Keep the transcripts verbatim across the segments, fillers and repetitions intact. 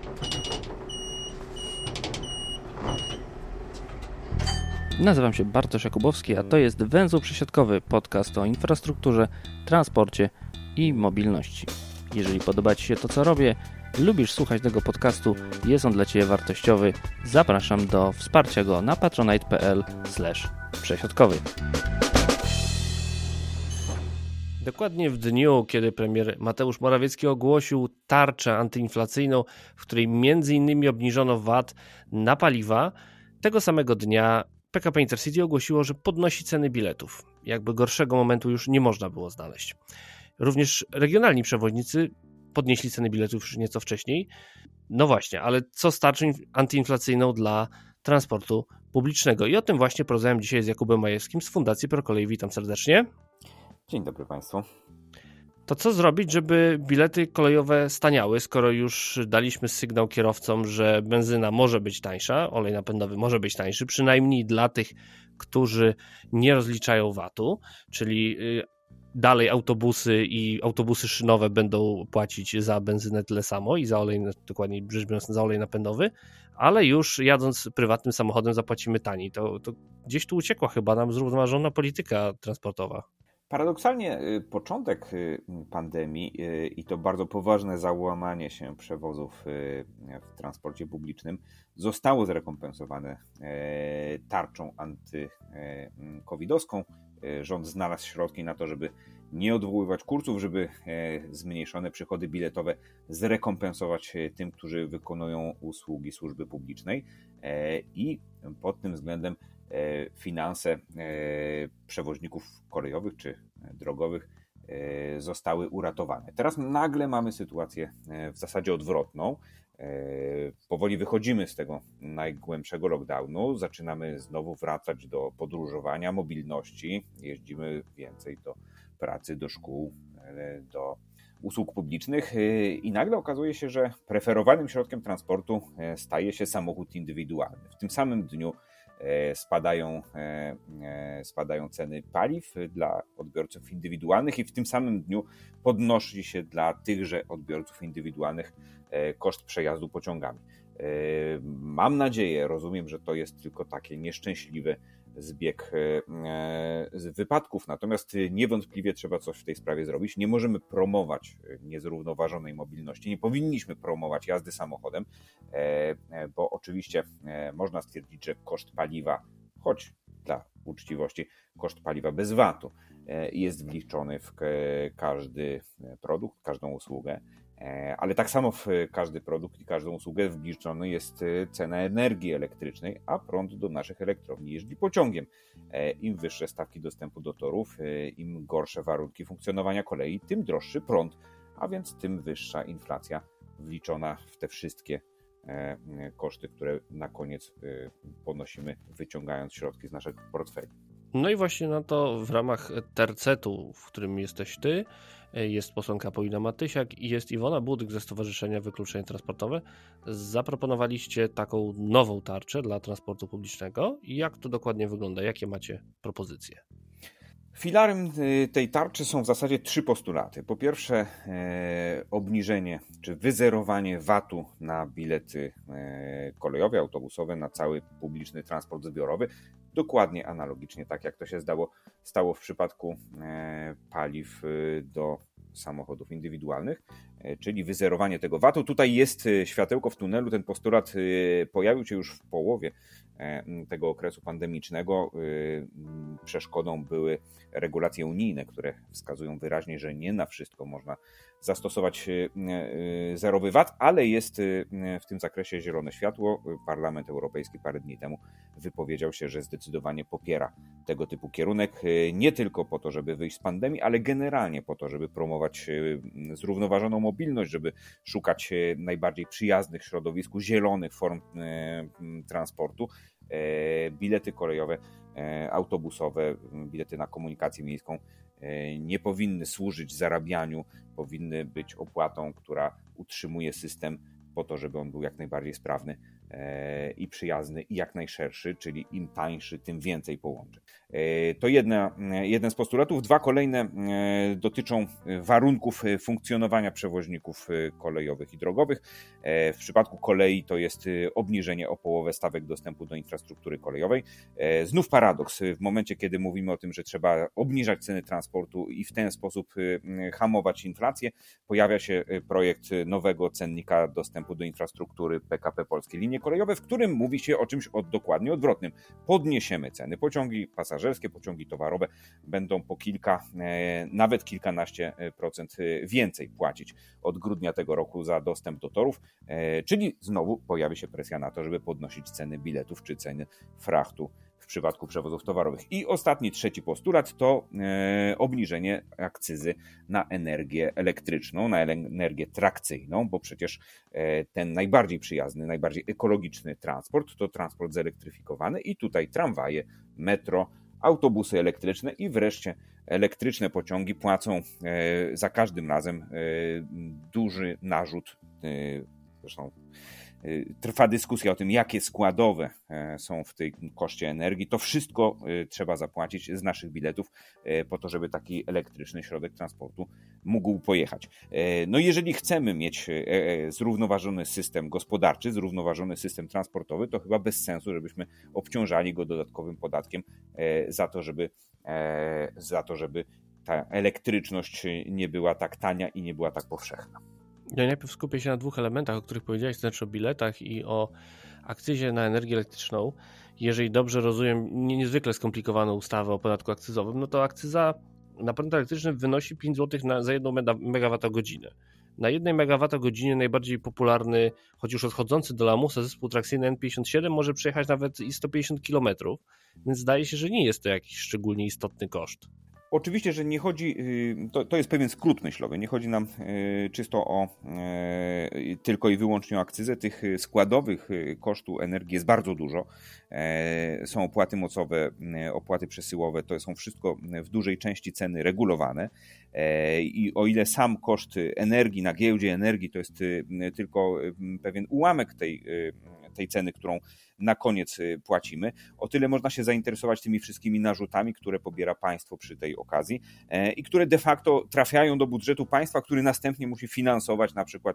Nazywam się Bartosz Jakubowski, a to jest Węzeł Przesiadkowy, podcast o infrastrukturze, transporcie i mobilności. Jeżeli podoba Ci się to, co robię, lubisz słuchać tego podcastu, jest on dla Ciebie wartościowy, zapraszam do wsparcia go na patronite.pl slash przesiadkowy. Dokładnie w dniu, kiedy premier Mateusz Morawiecki ogłosił tarczę antyinflacyjną, w której między innymi obniżono V A T na paliwa, tego samego dnia P K P Intercity ogłosiło, że podnosi ceny biletów. Jakby gorszego momentu już nie można było znaleźć. Również regionalni przewoźnicy podnieśli ceny biletów już nieco wcześniej. No właśnie, ale co z tarczą antyinflacyjną dla transportu publicznego? I o tym właśnie porozmawiam dzisiaj z Jakubem Majewskim z Fundacji ProKolei. Witam serdecznie. Dzień dobry Państwu. To co zrobić, żeby bilety kolejowe staniały, skoro już daliśmy sygnał kierowcom, że benzyna może być tańsza, olej napędowy może być tańszy, przynajmniej dla tych, którzy nie rozliczają V A T-u, czyli dalej autobusy i autobusy szynowe będą płacić za benzynę tyle samo i za olej, dokładniej rzecz biorąc za olej napędowy, ale już jadąc prywatnym samochodem zapłacimy taniej. To, to gdzieś tu uciekła chyba nam zrównoważona polityka transportowa. Paradoksalnie początek pandemii i to bardzo poważne załamanie się przewozów w transporcie publicznym zostało zrekompensowane tarczą antykowidowską. Rząd znalazł środki na to, żeby nie odwoływać kursów, żeby zmniejszone przychody biletowe zrekompensować tym, którzy wykonują usługi służby publicznej i pod tym względem finanse przewoźników kolejowych czy drogowych zostały uratowane. Teraz nagle mamy sytuację w zasadzie odwrotną. Powoli wychodzimy z tego najgłębszego lockdownu, zaczynamy znowu wracać do podróżowania, mobilności, jeździmy więcej do pracy, do szkół, do usług publicznych i nagle okazuje się, że preferowanym środkiem transportu staje się samochód indywidualny. W tym samym dniu spadają, spadają ceny paliw dla odbiorców indywidualnych i w tym samym dniu podnosi się dla tychże odbiorców indywidualnych koszt przejazdu pociągami. Mam nadzieję, rozumiem, że to jest tylko takie nieszczęśliwy zbieg wypadków, natomiast niewątpliwie trzeba coś w tej sprawie zrobić. Nie możemy promować niezrównoważonej mobilności, nie powinniśmy promować jazdy samochodem, bo oczywiście można stwierdzić, że koszt paliwa, choć dla uczciwości, koszt paliwa bez V A T-u jest wliczony w każdy produkt, każdą usługę, ale tak samo w każdy produkt i każdą usługę wliczony jest cena energii elektrycznej, a prąd do naszych elektrowni jeździ pociągiem. Im wyższe stawki dostępu do torów, im gorsze warunki funkcjonowania kolei, tym droższy prąd, a więc tym wyższa inflacja wliczona w te wszystkie koszty, które na koniec ponosimy, wyciągając środki z naszych portfeli. No i właśnie na to w ramach tercetu, w którym jesteś ty, jest posłanka Paulina Matysiak i jest Iwona Budyk ze Stowarzyszenia Wykluczenie Transportowe. Zaproponowaliście taką nową tarczę dla transportu publicznego. Jak to dokładnie wygląda? Jakie macie propozycje? Filarem tej tarczy są w zasadzie trzy postulaty. Po pierwsze e, obniżenie czy wyzerowanie V A T-u na bilety e, kolejowe, autobusowe, na cały publiczny transport zbiorowy. Dokładnie analogicznie tak jak to się zdało, stało w przypadku e, paliw do samochodów indywidualnych, e, czyli wyzerowanie tego V A T-u. Tutaj jest światełko w tunelu, ten postulat e, pojawił się już w połowie tego okresu pandemicznego. Przeszkodą były regulacje unijne, które wskazują wyraźnie, że nie na wszystko można zastosować zerowy V A T, ale jest w tym zakresie zielone światło. Parlament Europejski parę dni temu wypowiedział się, że zdecydowanie popiera tego typu kierunek, nie tylko po to, żeby wyjść z pandemii, ale generalnie po to, żeby promować zrównoważoną mobilność, żeby szukać najbardziej przyjaznych środowisku, zielonych form transportu. Bilety kolejowe, autobusowe, bilety na komunikację miejską nie powinny służyć zarabianiu, powinny być opłatą, która utrzymuje system po to, żeby on był jak najbardziej sprawny i przyjazny i jak najszerszy, czyli im tańszy, tym więcej połączeń. To jedna, jeden z postulatów. Dwa kolejne dotyczą warunków funkcjonowania przewoźników kolejowych i drogowych. W przypadku kolei to jest obniżenie o połowę stawek dostępu do infrastruktury kolejowej. Znów paradoks. W momencie, kiedy mówimy o tym, że trzeba obniżać ceny transportu i w ten sposób hamować inflację, pojawia się projekt nowego cennika dostępu do infrastruktury P K P Polskie Linie Kolejowe, w którym mówi się o czymś od, dokładnie odwrotnym. Podniesiemy ceny. Pociągi pasażerskie, pociągi towarowe będą po kilka, nawet kilkanaście procent więcej płacić od grudnia tego roku za dostęp do torów, czyli znowu pojawi się presja na to, żeby podnosić ceny biletów czy ceny frachtu w przypadku przewozów towarowych. I ostatni, trzeci postulat to e, obniżenie akcyzy na energię elektryczną, na energię trakcyjną, bo przecież e, ten najbardziej przyjazny, najbardziej ekologiczny transport to transport zelektryfikowany i tutaj tramwaje, metro, autobusy elektryczne i wreszcie elektryczne pociągi płacą e, za każdym razem e, duży narzut, e, zresztą trwa dyskusja o tym, jakie składowe są w tej koszcie energii. To wszystko trzeba zapłacić z naszych biletów po to, żeby taki elektryczny środek transportu mógł pojechać. No jeżeli chcemy mieć zrównoważony system gospodarczy, zrównoważony system transportowy, to chyba bez sensu, żebyśmy obciążali go dodatkowym podatkiem za to, żeby, za to, żeby ta elektryczność nie była tak tania i nie była tak powszechna. Ja najpierw skupię się na dwóch elementach, o których powiedziałeś, to znaczy o biletach i o akcyzie na energię elektryczną. Jeżeli dobrze rozumiem nie niezwykle skomplikowaną ustawę o podatku akcyzowym, no to akcyza na prąd elektryczny wynosi pięć złotych na, za jedną megawattogodzinę. Na jednej megawattogodzinie najbardziej popularny, choć już odchodzący do lamusa zespół trakcyjny N pięćdziesiąt siedem może przejechać nawet i sto pięćdziesiąt kilometrów, więc zdaje się, że nie jest to jakiś szczególnie istotny koszt. Oczywiście, że nie chodzi, to, to jest pewien skrót myślowy, nie chodzi nam czysto o tylko i wyłącznie o akcyzę. Tych składowych kosztu energii jest bardzo dużo. Są opłaty mocowe, opłaty przesyłowe, to są wszystko w dużej części ceny regulowane i o ile sam koszt energii na giełdzie energii to jest tylko pewien ułamek tej, tej ceny, którą na koniec płacimy, o tyle można się zainteresować tymi wszystkimi narzutami, które pobiera państwo przy tej okazji i które de facto trafiają do budżetu państwa, który następnie musi finansować na przykład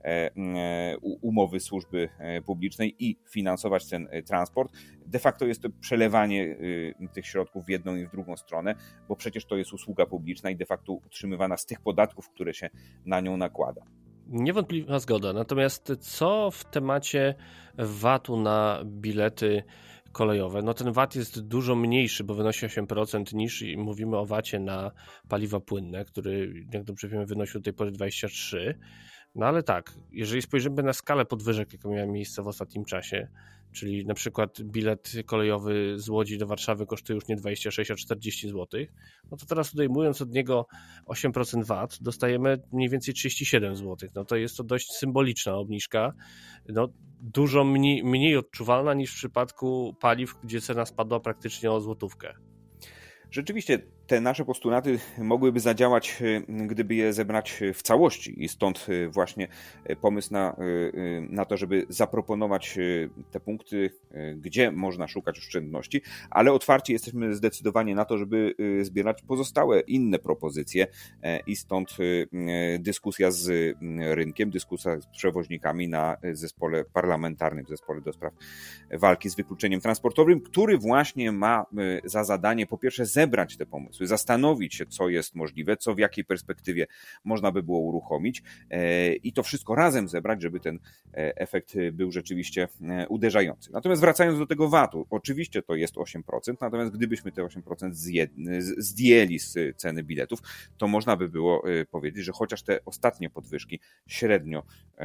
umowy służby publicznej i finansować ten transport. De facto jest to przelewanie tych środków w jedną i w drugą stronę, bo przecież to jest usługa publiczna i de facto utrzymywana z tych podatków, które się na nią nakłada. Niewątpliwa zgoda. Natomiast co w temacie V A T-u na bilety kolejowe? No ten V A T jest dużo mniejszy, bo wynosi osiem procent niż mówimy o V A T-ie na paliwa płynne, który, jak dobrze wiemy, wynosił do tej pory dwadzieścia trzy procent. No ale tak, jeżeli spojrzymy na skalę podwyżek, jaka miała miejsce w ostatnim czasie, czyli na przykład bilet kolejowy z Łodzi do Warszawy kosztuje już nie dwadzieścia sześć, a czterdzieści złotych, no to teraz odejmując od niego osiem procent V A T, dostajemy mniej więcej trzydzieści siedem złotych. No to jest to dość symboliczna obniżka, no dużo mniej, mniej odczuwalna niż w przypadku paliw, gdzie cena spadła praktycznie o złotówkę. Rzeczywiście te nasze postulaty mogłyby zadziałać, gdyby je zebrać w całości i stąd właśnie pomysł na, na to, żeby zaproponować te punkty, gdzie można szukać oszczędności, ale otwarci jesteśmy zdecydowanie na to, żeby zbierać pozostałe inne propozycje i stąd dyskusja z rynkiem, dyskusja z przewoźnikami na zespole parlamentarnym, zespole do spraw walki z wykluczeniem transportowym, który właśnie ma za zadanie po pierwsze zebrać te pomysły, zastanowić się, co jest możliwe, co w jakiej perspektywie można by było uruchomić i to wszystko razem zebrać, żeby ten efekt był rzeczywiście uderzający. Natomiast wracając do tego V A T-u, oczywiście to jest osiem procent, natomiast gdybyśmy te osiem procent zdjęli z ceny biletów, to można by było powiedzieć, że chociaż te ostatnie podwyżki średnio,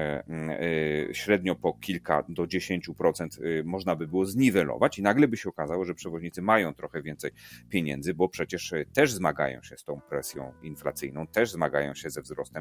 średnio po kilka do dziesięciu procent można by było zniwelować i nagle by się okazało, że przewoźnicy mają trochę więcej pieniędzy, bo przecież też zmagają się z tą presją inflacyjną, też zmagają się ze wzrostem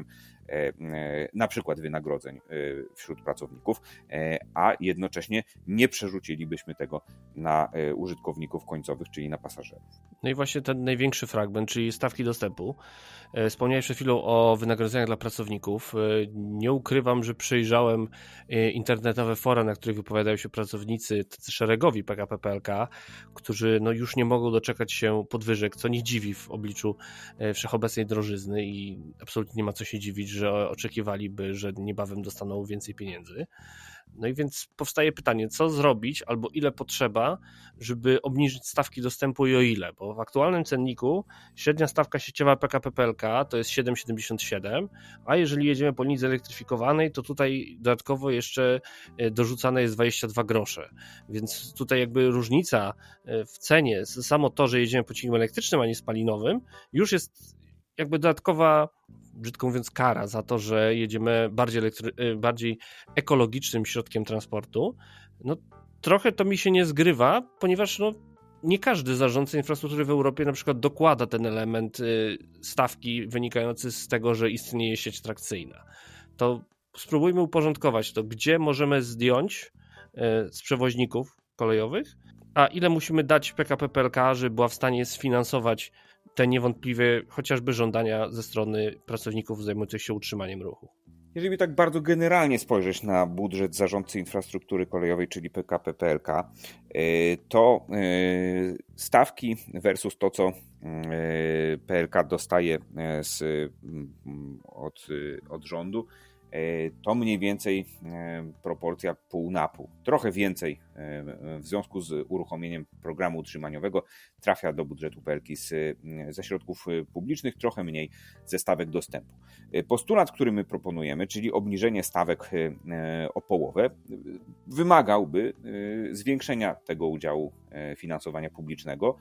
na przykład wynagrodzeń wśród pracowników, a jednocześnie nie przerzucilibyśmy tego na użytkowników końcowych, czyli na pasażerów. No i właśnie ten największy fragment, czyli stawki dostępu. Wspomniałeś przed chwilą o wynagrodzeniach dla pracowników. Nie ukrywam, że przejrzałem internetowe fora, na których wypowiadają się pracownicy tacy szeregowi P K P P L K, którzy no już nie mogą doczekać się podwyżek, co nie dziwi w obliczu wszechobecnej drożyzny i absolutnie nie ma co się dziwić, że oczekiwaliby, że niebawem dostaną więcej pieniędzy. No i więc powstaje pytanie, co zrobić albo ile potrzeba, żeby obniżyć stawki dostępu i o ile, bo w aktualnym cenniku średnia stawka sieciowa P K P P L K to jest siedem przecinek siedemdziesiąt siedem, a jeżeli jedziemy po linii zelektryfikowanej, to tutaj dodatkowo jeszcze dorzucane jest dwadzieścia dwa grosze, więc tutaj jakby różnica w cenie, samo to, że jedziemy po ciągu elektrycznym, a nie spalinowym, już jest jakby dodatkowa, brzydko mówiąc, kara za to, że jedziemy bardziej, elektry- bardziej ekologicznym środkiem transportu. No trochę to mi się nie zgrywa, ponieważ no, nie każdy zarządca infrastruktury w Europie na przykład dokłada ten element y, stawki wynikający z tego, że istnieje sieć trakcyjna. To spróbujmy uporządkować to, gdzie możemy zdjąć y, z przewoźników kolejowych, a ile musimy dać P K P P L K, żeby była w stanie sfinansować te niewątpliwie chociażby żądania ze strony pracowników zajmujących się utrzymaniem ruchu. Jeżeli tak bardzo generalnie spojrzeć na budżet zarządcy infrastruktury kolejowej, czyli P K P P L K, to stawki versus to, co P L K dostaje z, od, od rządu, to mniej więcej proporcja pół na pół. Trochę więcej w związku z uruchomieniem programu utrzymaniowego trafia do budżetu P L K z, ze środków publicznych, trochę mniej ze stawek dostępu. Postulat, który my proponujemy, czyli obniżenie stawek o połowę, wymagałby zwiększenia tego udziału finansowania publicznego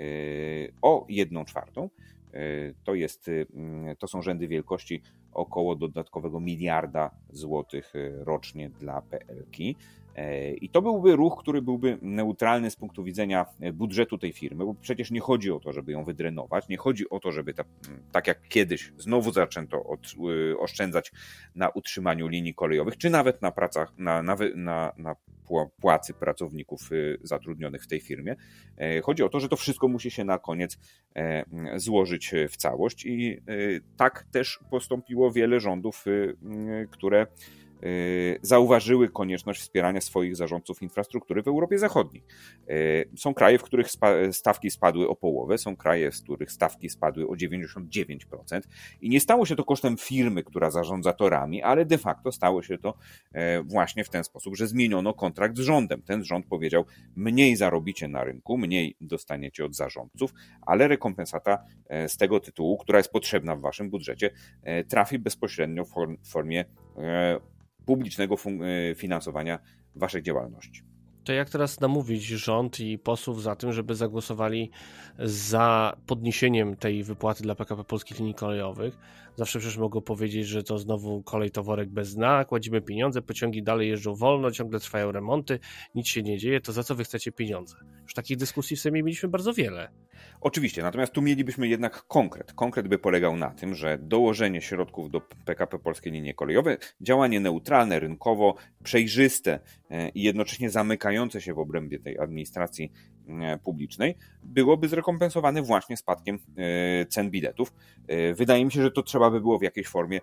o jedną czwartą. To, jest, to są rzędy wielkości około dodatkowego miliarda złotych rocznie dla P L K. I to byłby ruch, który byłby neutralny z punktu widzenia budżetu tej firmy, bo przecież nie chodzi o to, żeby ją wydrenować, nie chodzi o to, żeby ta, tak jak kiedyś znowu zaczęto od, oszczędzać na utrzymaniu linii kolejowych, czy nawet na pracach, na, na, na, na płacy pracowników zatrudnionych w tej firmie. Chodzi o to, że to wszystko musi się na koniec złożyć w całość i tak też postąpiło wiele rządów, które zauważyły konieczność wspierania swoich zarządców infrastruktury w Europie Zachodniej. Są kraje, w których stawki spadły o połowę, są kraje, w których stawki spadły o dziewięćdziesiąt dziewięć procent i nie stało się to kosztem firmy, która zarządza torami, ale de facto stało się to właśnie w ten sposób, że zmieniono kontrakt z rządem. Ten rząd powiedział, mniej zarobicie na rynku, mniej dostaniecie od zarządców, ale rekompensata z tego tytułu, która jest potrzebna w waszym budżecie, trafi bezpośrednio w formie publicznego finansowania waszej działalności. To jak teraz namówić rząd i posłów za tym, żeby zagłosowali za podniesieniem tej wypłaty dla P K P Polskich Linii Kolejowych? Zawsze przecież mogą powiedzieć, że to znowu kolej to worek bez dna, kładzimy pieniądze, pociągi dalej jeżdżą wolno, ciągle trwają remonty, nic się nie dzieje, to za co wy chcecie pieniądze? Już takich dyskusji w Sejmie mieliśmy bardzo wiele. Oczywiście, natomiast tu mielibyśmy jednak konkret. Konkret by polegał na tym, że dołożenie środków do P K P Polskie Linie Kolejowe, działanie neutralne, rynkowo, przejrzyste i jednocześnie zamykające się w obrębie tej administracji publicznej, byłoby zrekompensowane właśnie spadkiem cen biletów. Wydaje mi się, że to trzeba by było w jakiejś formie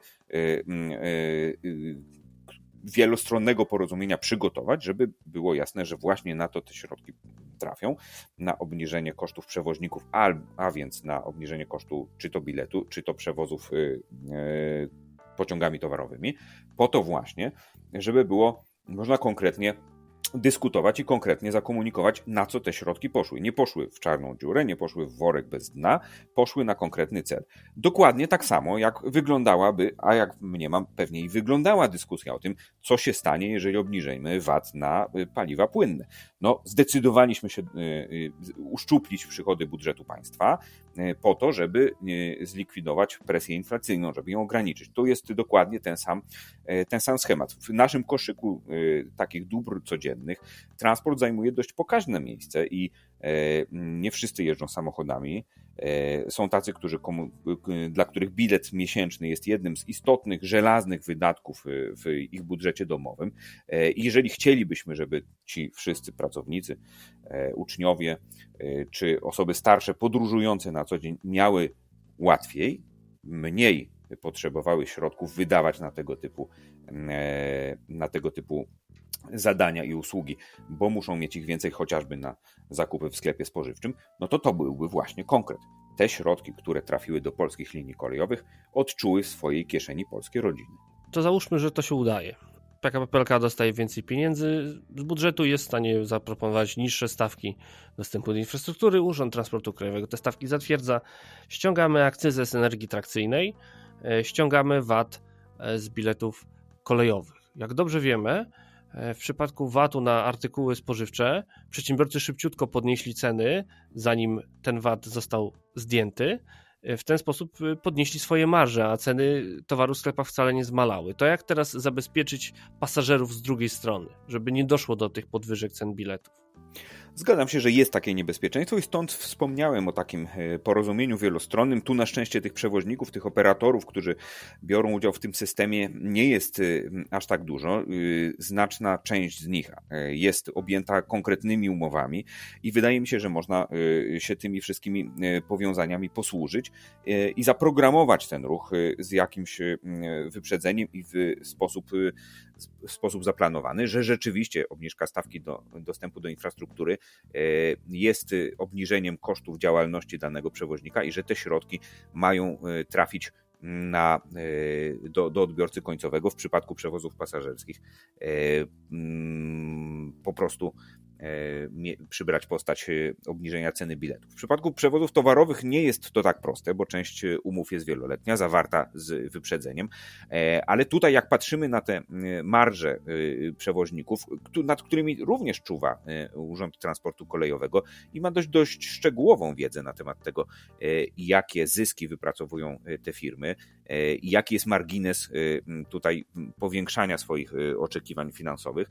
wielostronnego porozumienia przygotować, żeby było jasne, że właśnie na to te środki trafią, na obniżenie kosztów przewoźników, a, a więc na obniżenie kosztu czy to biletu, czy to przewozów yy, yy, pociągami towarowymi, po to właśnie, żeby było można konkretnie dyskutować i konkretnie zakomunikować, na co te środki poszły. Nie poszły w czarną dziurę, nie poszły w worek bez dna, poszły na konkretny cel. Dokładnie tak samo, jak wyglądałaby, a jak mniemam, pewnie i wyglądała dyskusja o tym, co się stanie, jeżeli obniżymy V A T na paliwa płynne. No, zdecydowaliśmy się uszczuplić przychody budżetu państwa po to, żeby zlikwidować presję inflacyjną, żeby ją ograniczyć. To jest dokładnie ten sam, ten sam schemat. W naszym koszyku takich dóbr codziennych transport zajmuje dość pokaźne miejsce i nie wszyscy jeżdżą samochodami. Są tacy, którzy, dla których bilet miesięczny jest jednym z istotnych, żelaznych wydatków w ich budżecie domowym. I jeżeli chcielibyśmy, żeby ci wszyscy pracownicy, uczniowie czy osoby starsze podróżujące na co dzień miały łatwiej, mniej potrzebowały środków wydawać na tego typu na tego typu zadania i usługi, bo muszą mieć ich więcej chociażby na zakupy w sklepie spożywczym, no to to byłby właśnie konkret. Te środki, które trafiły do polskich linii kolejowych, odczuły w swojej kieszeni polskie rodziny. To załóżmy, że to się udaje. P K P P L K dostaje więcej pieniędzy z budżetu, jest w stanie zaproponować niższe stawki dostępu do infrastruktury, Urząd Transportu Kolejowego te stawki zatwierdza, ściągamy akcyzę z energii trakcyjnej, ściągamy V A T z biletów kolejowych. Jak dobrze wiemy, w przypadku V A T-u na artykuły spożywcze przedsiębiorcy szybciutko podnieśli ceny, zanim ten V A T został zdjęty. W ten sposób podnieśli swoje marże, a ceny towaru w sklepach wcale nie zmalały. To jak teraz zabezpieczyć pasażerów z drugiej strony, żeby nie doszło do tych podwyżek cen biletów? Zgadzam się, że jest takie niebezpieczeństwo i stąd wspomniałem o takim porozumieniu wielostronnym. Tu na szczęście tych przewoźników, tych operatorów, którzy biorą udział w tym systemie, nie jest aż tak dużo. Znaczna część z nich jest objęta konkretnymi umowami i wydaje mi się, że można się tymi wszystkimi powiązaniami posłużyć i zaprogramować ten ruch z jakimś wyprzedzeniem i w sposób, w sposób zaplanowany, że rzeczywiście obniżka stawki do dostępu do infrastruktury jest obniżeniem kosztów działalności danego przewoźnika i że te środki mają trafić na, do, do odbiorcy końcowego w przypadku przewozów pasażerskich. Po prostu przybrać postać obniżenia ceny biletów. W przypadku przewozów towarowych nie jest to tak proste, bo część umów jest wieloletnia, zawarta z wyprzedzeniem, ale tutaj jak patrzymy na te marże przewoźników, nad którymi również czuwa Urząd Transportu Kolejowego i ma dość, dość szczegółową wiedzę na temat tego, jakie zyski wypracowują te firmy i jaki jest margines tutaj powiększania swoich oczekiwań finansowych.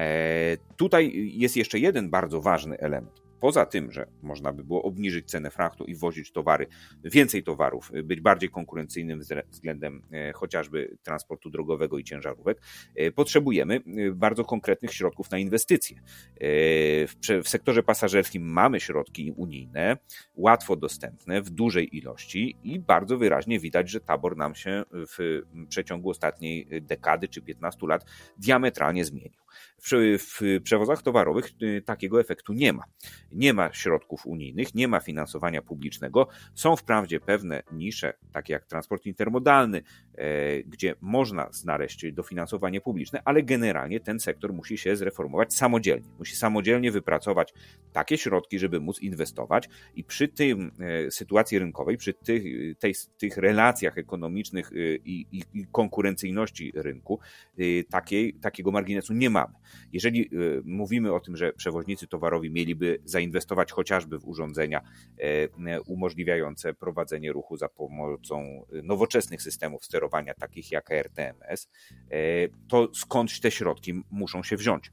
Tutaj jest jeszcze jeden bardzo ważny element. Poza tym, że można by było obniżyć cenę frachtu i wozić towary, więcej towarów, być bardziej konkurencyjnym względem chociażby transportu drogowego i ciężarówek, potrzebujemy bardzo konkretnych środków na inwestycje. W sektorze pasażerskim mamy środki unijne, łatwo dostępne, w dużej ilości i bardzo wyraźnie widać, że tabor nam się w przeciągu ostatniej dekady czy piętnastu lat diametralnie zmienił. W, w przewozach towarowych takiego efektu nie ma. Nie ma środków unijnych, nie ma finansowania publicznego. Są wprawdzie pewne nisze, takie jak transport intermodalny, e, gdzie można znaleźć dofinansowanie publiczne, ale generalnie ten sektor musi się zreformować samodzielnie. Musi samodzielnie wypracować takie środki, żeby móc inwestować i przy tym e, sytuacji rynkowej, przy tych, tej, tych relacjach ekonomicznych e, i, i konkurencyjności rynku, e, takiej, takiego marginesu nie mamy. Jeżeli e, mówimy o tym, że przewoźnicy towarowi mieliby zainwestować chociażby w urządzenia umożliwiające prowadzenie ruchu za pomocą nowoczesnych systemów sterowania, takich jak R T M S, to skądś te środki muszą się wziąć.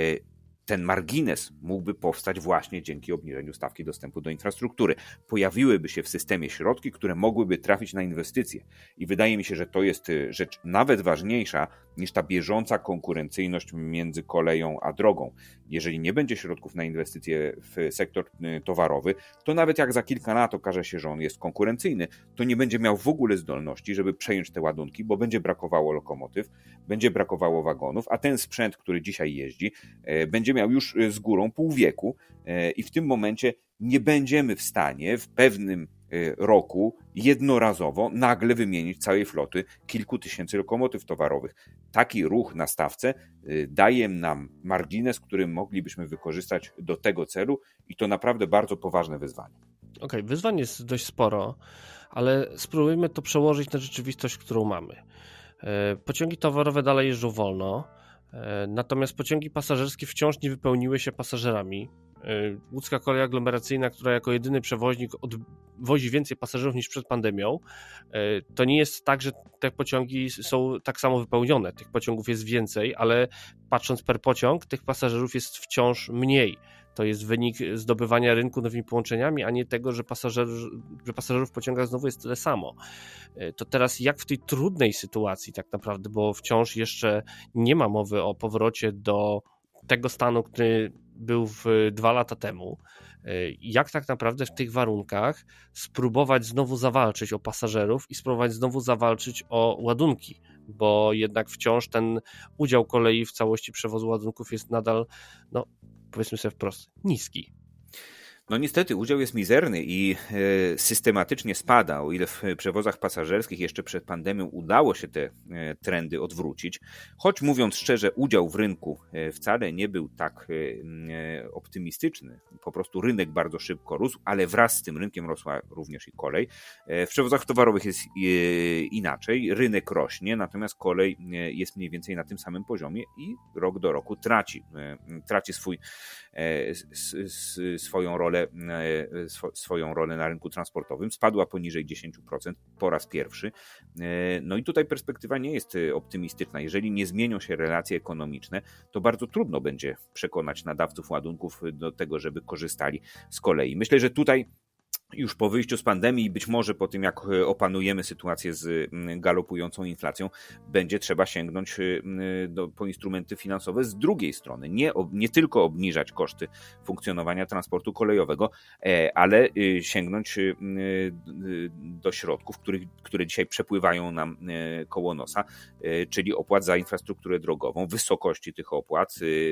Ten margines mógłby powstać właśnie dzięki obniżeniu stawki dostępu do infrastruktury. Pojawiłyby się w systemie środki, które mogłyby trafić na inwestycje. I wydaje mi się, że to jest rzecz nawet ważniejsza niż ta bieżąca konkurencyjność między koleją a drogą. Jeżeli nie będzie środków na inwestycje w sektor towarowy, to nawet jak za kilka lat okaże się, że on jest konkurencyjny, to nie będzie miał w ogóle zdolności, żeby przejąć te ładunki, bo będzie brakowało lokomotyw, będzie brakowało wagonów, a ten sprzęt, który dzisiaj jeździ, będzie miał już z górą pół wieku i w tym momencie nie będziemy w stanie w pewnym roku jednorazowo nagle wymienić całej floty kilku tysięcy lokomotyw towarowych. Taki ruch na stawce daje nam margines, który moglibyśmy wykorzystać do tego celu i to naprawdę bardzo poważne wyzwanie. Okej, okay, wyzwań jest dość sporo, ale spróbujmy to przełożyć na rzeczywistość, którą mamy. Pociągi towarowe dalej jeżdżą wolno, natomiast pociągi pasażerskie wciąż nie wypełniły się pasażerami. Łódzka kolej aglomeracyjna, która jako jedyny przewoźnik odwozi więcej pasażerów niż przed pandemią, to nie jest tak, że te pociągi są tak samo wypełnione. Tych pociągów jest więcej, ale patrząc per pociąg, tych pasażerów jest wciąż mniej. To jest wynik zdobywania rynku nowymi połączeniami, a nie tego, że, pasażer, że pasażerów w pociągach znowu jest tyle samo. To teraz jak w tej trudnej sytuacji tak naprawdę, bo wciąż jeszcze nie ma mowy o powrocie do tego stanu, który był w dwa lata temu, jak tak naprawdę w tych warunkach spróbować znowu zawalczyć o pasażerów i spróbować znowu zawalczyć o ładunki, bo jednak wciąż ten udział kolei w całości przewozu ładunków jest nadal, no powiedzmy sobie wprost, niski. No niestety udział jest mizerny i systematycznie spada. O ile w przewozach pasażerskich jeszcze przed pandemią udało się te trendy odwrócić, choć mówiąc szczerze, udział w rynku wcale nie był tak optymistyczny. Po prostu rynek bardzo szybko rósł, ale wraz z tym rynkiem rosła również i kolej. W przewozach towarowych jest inaczej. Rynek rośnie, natomiast kolej jest mniej więcej na tym samym poziomie i rok do roku traci, traci swój, swoją rolę swoją rolę na rynku transportowym, spadła poniżej dziesięć procent po raz pierwszy. No i tutaj perspektywa nie jest optymistyczna. Jeżeli nie zmienią się relacje ekonomiczne, to bardzo trudno będzie przekonać nadawców ładunków do tego, żeby korzystali z kolei. Myślę, że tutaj już po wyjściu z pandemii i być może po tym, jak opanujemy sytuację z galopującą inflacją, będzie trzeba sięgnąć do, po instrumenty finansowe z drugiej strony. Nie, nie tylko obniżać koszty funkcjonowania transportu kolejowego, ale sięgnąć do środków, których, które dzisiaj przepływają nam koło nosa, czyli opłat za infrastrukturę drogową, wysokości tych opłat,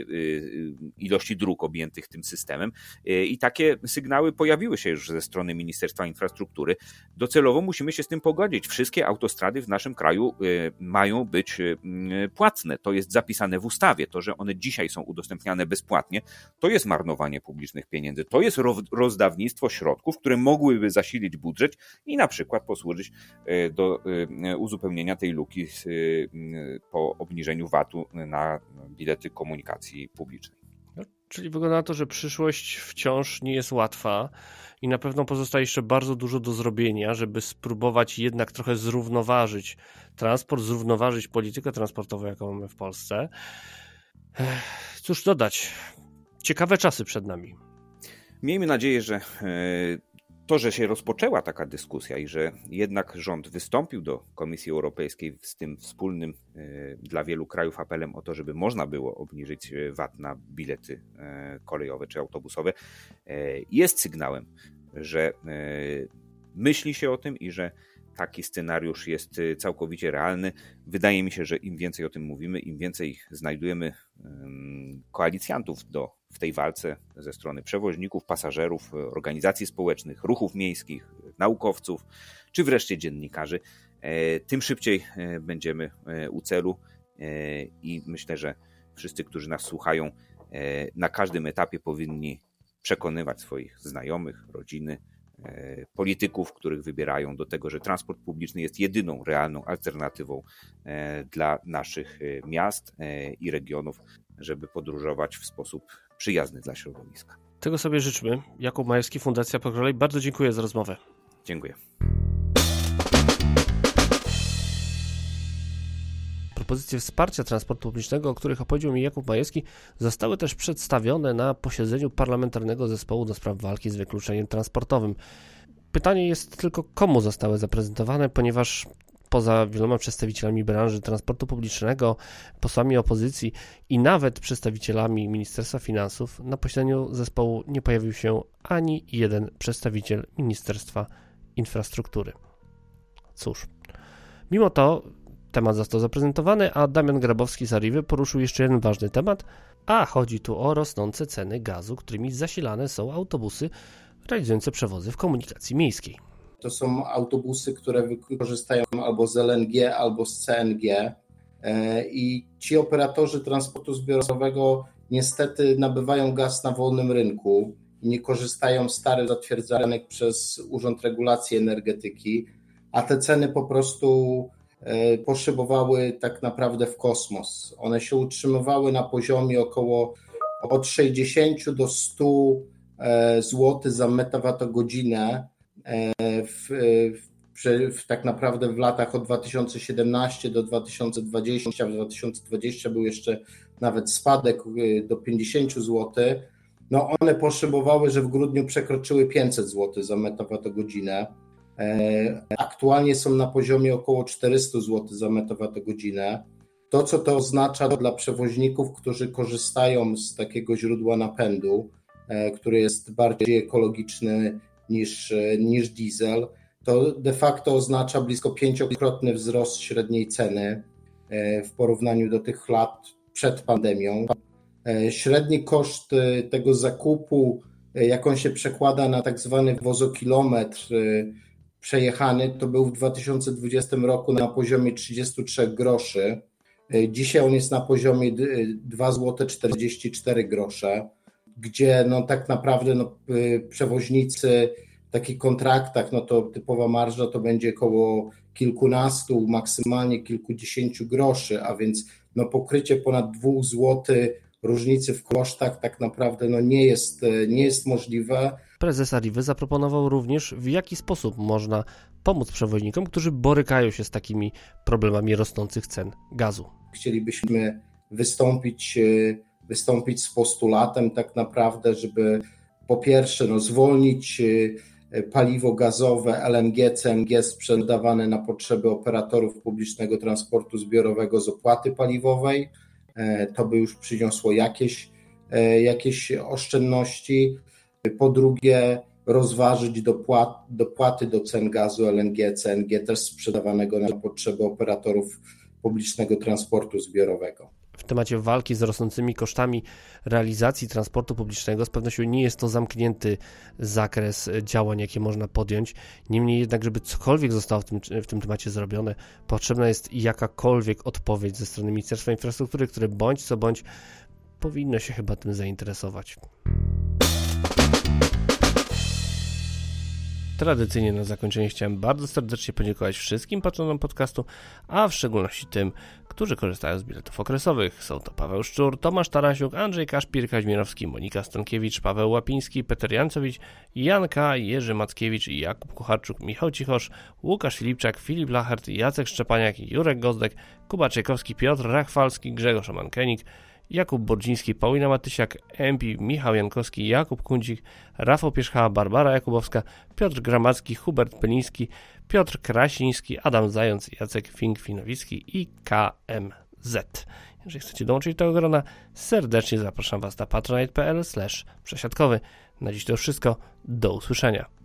ilości dróg objętych tym systemem. I takie sygnały pojawiły się już ze strony Ministerstwa Infrastruktury. Docelowo musimy się z tym pogodzić. Wszystkie autostrady w naszym kraju y, mają być y, płatne. To jest zapisane w ustawie. To, że one dzisiaj są udostępniane bezpłatnie, to jest marnowanie publicznych pieniędzy. To jest ro- rozdawnictwo środków, które mogłyby zasilić budżet i na przykład posłużyć y, do y, uzupełnienia tej luki y, y, po obniżeniu V A T-u na bilety komunikacji publicznej. Czyli wygląda na to, że przyszłość wciąż nie jest łatwa i na pewno pozostaje jeszcze bardzo dużo do zrobienia, żeby spróbować jednak trochę zrównoważyć transport, zrównoważyć politykę transportową, jaką mamy w Polsce. Cóż dodać, ciekawe czasy przed nami. Miejmy nadzieję, że to, że się rozpoczęła taka dyskusja i że jednak rząd wystąpił do Komisji Europejskiej z tym wspólnym dla wielu krajów apelem o to, żeby można było obniżyć V A T na bilety kolejowe czy autobusowe, jest sygnałem, że myśli się o tym i że taki scenariusz jest całkowicie realny. Wydaje mi się, że im więcej o tym mówimy, im więcej znajdujemy koalicjantów do, w tej walce ze strony przewoźników, pasażerów, organizacji społecznych, ruchów miejskich, naukowców, czy wreszcie dziennikarzy, tym szybciej będziemy u celu i myślę, że wszyscy, którzy nas słuchają, na każdym etapie powinni przekonywać swoich znajomych, rodziny, polityków, których wybierają do tego, że transport publiczny jest jedyną realną alternatywą dla naszych miast i regionów, żeby podróżować w sposób przyjazny dla środowiska. Tego sobie życzmy. Jakub Majewski, Fundacja ProKolej. Bardzo dziękuję za rozmowę. Dziękuję. Propozycje wsparcia transportu publicznego, o których opowiedział mi Jakub Majewski, zostały też przedstawione na posiedzeniu Parlamentarnego Zespołu do Spraw Walki z Wykluczeniem Transportowym. Pytanie jest tylko, komu zostały zaprezentowane, ponieważ poza wieloma przedstawicielami branży transportu publicznego, posłami opozycji i nawet przedstawicielami Ministerstwa Finansów, na posiedzeniu zespołu nie pojawił się ani jeden przedstawiciel Ministerstwa Infrastruktury. Cóż, mimo to temat został zaprezentowany, a Damian Grabowski z Arrivy poruszył jeszcze jeden ważny temat, a chodzi tu o rosnące ceny gazu, którymi zasilane są autobusy realizujące przewozy w komunikacji miejskiej. To są autobusy, które korzystają albo z L N G, albo z C N G i ci operatorzy transportu zbiorowego niestety nabywają gaz na wolnym rynku i nie korzystają z taryf zatwierdzanych przez Urząd Regulacji Energetyki, a te ceny po prostu poszybowały tak naprawdę w kosmos. One się utrzymywały na poziomie około od sześćdziesiąt do stu złotych za megawattogodzinę w, w, w, tak naprawdę w latach od dwa tysiące siedemnastego do dwa tysiące dwudziestego. W dwa tysiące dwudziestym był jeszcze nawet spadek do pięćdziesiąt złotych. No one poszybowały, że w grudniu przekroczyły pięćset złotych za megawattogodzinę. Aktualnie są na poziomie około czterysta złotych za megawattogodzinę. To, co to oznacza dla przewoźników, którzy korzystają z takiego źródła napędu, który jest bardziej ekologiczny niż, niż diesel, to de facto oznacza blisko pięciokrotny wzrost średniej ceny w porównaniu do tych lat przed pandemią. Średni koszt tego zakupu, jak on się przekłada na tak zwany wozokilometr przejechany, to był w dwa tysiące dwudziestym roku na poziomie trzydzieści trzy groszy. Dzisiaj on jest na poziomie dwa złote czterdzieści cztery grosze, gdzie no tak naprawdę no, przewoźnicy w takich kontraktach, no to typowa marża to będzie około kilkunastu, maksymalnie kilkudziesięciu groszy, a więc no pokrycie ponad dwóch złotych różnicy w kosztach tak naprawdę no nie jest, nie jest możliwe. Prezes Arrivy zaproponował również, w jaki sposób można pomóc przewoźnikom, którzy borykają się z takimi problemami rosnących cen gazu. Chcielibyśmy wystąpić, wystąpić z postulatem tak naprawdę, żeby po pierwsze no, zwolnić paliwo gazowe L N G, C N G sprzedawane na potrzeby operatorów publicznego transportu zbiorowego z opłaty paliwowej. To by już przyniosło jakieś, jakieś oszczędności. Po drugie, rozważyć dopłat, dopłaty do cen gazu L N G, C N G też sprzedawanego na potrzeby operatorów publicznego transportu zbiorowego. W temacie walki z rosnącymi kosztami realizacji transportu publicznego z pewnością nie jest to zamknięty zakres działań, jakie można podjąć. Niemniej jednak, żeby cokolwiek zostało w tym, w tym temacie zrobione, potrzebna jest jakakolwiek odpowiedź ze strony Ministerstwa Infrastruktury, które bądź co bądź powinno się chyba tym zainteresować. Tradycyjnie na zakończenie chciałem bardzo serdecznie podziękować wszystkim patronom podcastu, a w szczególności tym, którzy korzystają z biletów okresowych. Są to Paweł Szczur, Tomasz Tarasiuk, Andrzej Kaszpir, Kaźmirowski, Monika Stankiewicz, Paweł Łapiński, Peter Jancowicz, Jan K., Jerzy Mackiewicz, Jakub Kucharczuk, Michał Cichosz, Łukasz Filipczak, Filip Lachert, Jacek Szczepaniak, Jurek Gozdek, Kuba Czajkowski, Piotr Rachwalski, Grzegorz Mankenik, Jakub Bordziński, Paulina Matysiak, M P, Michał Jankowski, Jakub Kundzik, Rafał Pierzcha, Barbara Jakubowska, Piotr Gramacki, Hubert Peliński, Piotr Krasiński, Adam Zając, Jacek Fink-Finowicki i K M Z. Jeżeli chcecie dołączyć do tego grona, serdecznie zapraszam Was na patronite kropka pl slash przesiadkowy. Na dziś to już wszystko. Do usłyszenia.